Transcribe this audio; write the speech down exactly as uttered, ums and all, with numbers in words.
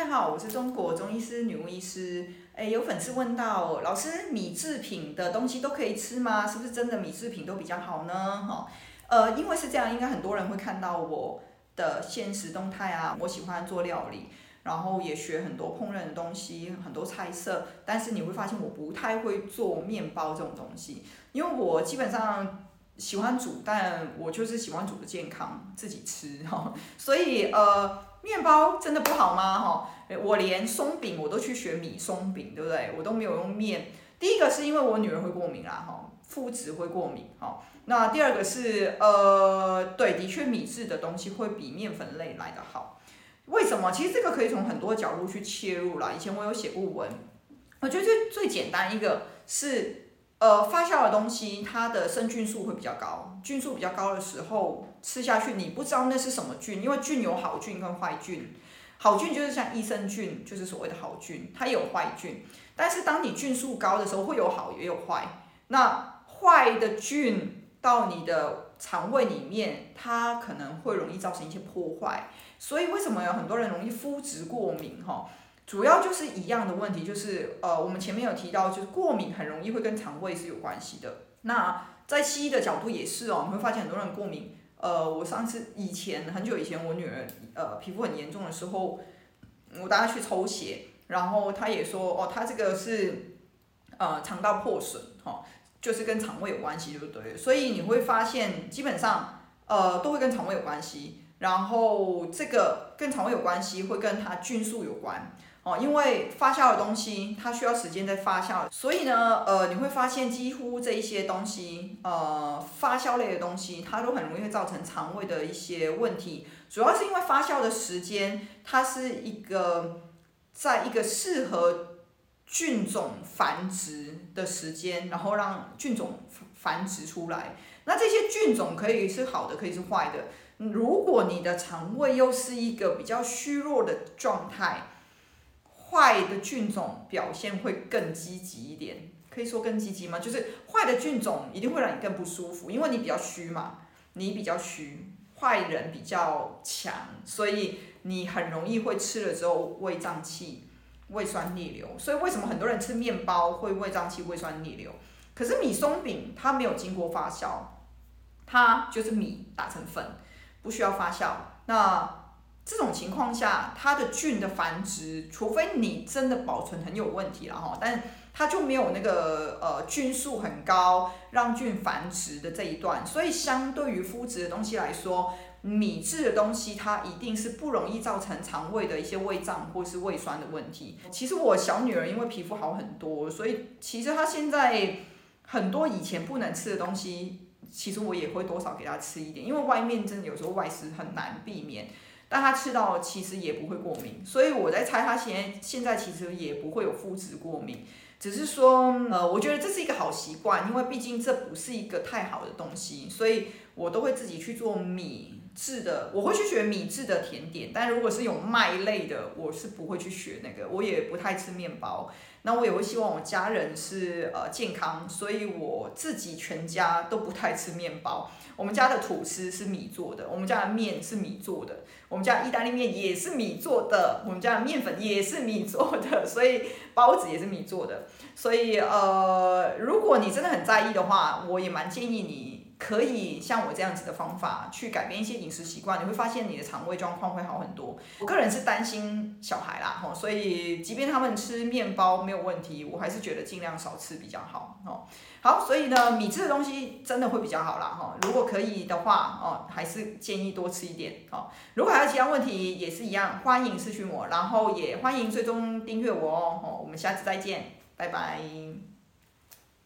家好，我是中国中医师女巫医师。哎，有粉丝问到，老师，米制品的东西都可以吃吗？是不是真的米制品都比较好呢？哈，呃，因为是这样，应该很多人会看到我的现实动态啊。我喜欢做料理，然后也学很多烹饪的东西，很多菜色。但是你会发现我不太会做面包这种东西，因为我基本上喜欢煮，但我就是喜欢煮的健康，自己吃哈。所以呃，面包真的不好吗？哈，我连松饼我都去学米松饼，对不对？我都没有用面。第一个是因为我女儿会过敏啦，哈，麸质会过敏，哈。那第二个是呃，对，的确米制的东西会比面粉类来得好。为什么？其实这个可以从很多角度去切入啦。以前我有写过文，我觉得最最简单一个是。呃，发酵的东西，它的生菌数会比较高，菌数比较高的时候吃下去，你不知道那是什么菌，因为菌有好菌跟坏菌。好菌就是像益生菌，就是所谓的好菌，它也有坏菌。但是当你菌数高的时候，会有好也有坏。那坏的菌到你的肠胃里面，它可能会容易造成一些破坏。所以为什么有很多人容易麸质过敏？哈。主要就是一样的问题，就是呃，我们前面有提到，就是过敏很容易会跟肠胃是有关系的。那在西医的角度也是哦，你会发现很多人过敏。呃，我上次以前很久以前，我女儿呃皮肤很严重的时候，我带她去抽血，然后她也说哦，她这个是呃肠道破损，哈、哦，就是跟肠胃有关系，对不对？所以你会发现基本上呃都会跟肠胃有关系，然后这个跟肠胃有关系，会跟它菌数有关。哦，因为发酵的东西它需要时间在发酵，所以呢，呃，你会发现几乎这一些东西，呃，发酵类的东西，它都很容易会造成肠胃的一些问题。主要是因为发酵的时间，它是一个在一个适合菌种繁殖的时间，然后让菌种繁殖出来。那这些菌种可以是好的，可以是坏的。如果你的肠胃又是一个比较虚弱的状态，坏的菌种表现会更积极一点，可以说更积极吗？就是坏的菌种一定会让你更不舒服，因为你比较虚嘛，你比较虚，坏人比较强，所以你很容易会吃了之后胃胀气、胃酸逆流。所以为什么很多人吃面包会胃胀气、胃酸逆流？可是米松饼它没有经过发酵，它就是米打成粉，不需要发酵。那这种情况下，它的菌的繁殖，除非你真的保存很有问题了哈，但它就没有那个呃菌数很高，让菌繁殖的这一段。所以相对于麸质的东西来说，米制的东西它一定是不容易造成肠胃的一些胃胀或是胃酸的问题。其实我小女儿因为皮肤好很多，所以其实她现在很多以前不能吃的东西，其实我也会多少给她吃一点，因为外面真的有时候外食很难避免。但他吃到其实也不会过敏，所以我在猜他现在现在其实也不会有麸质过敏，只是说呃，我觉得这是一个好习惯，因为毕竟这不是一个太好的东西，所以我都会自己去做米制的，我会去学米制的甜点，但如果是有麦类的，我是不会去学那个，我也不太吃面包。那我也会希望我家人是呃健康，所以我自己全家都不太吃面包。我们家的吐司是米做的，我们家的面是米做的，我们家的意大利面也是米做的，我们家的面粉也是米做的，所以包子也是米做的。所以呃，如果你真的很在意的话，我也蛮建议你可以像我这样子的方法去改变一些饮食习惯，你会发现你的肠胃状况会好很多。我个人是担心小孩啦，吼，所以即便他们吃面包没有问题，我还是觉得尽量少吃比较好，吼。好，所以呢，米制的东西真的会比较好啦，哈。如果可以的话，哦，还是建议多吃一点，哦。如果还有其他问题，也是一样，欢迎私讯我，然后也欢迎追踪订阅我哦，我们下次再见，拜拜。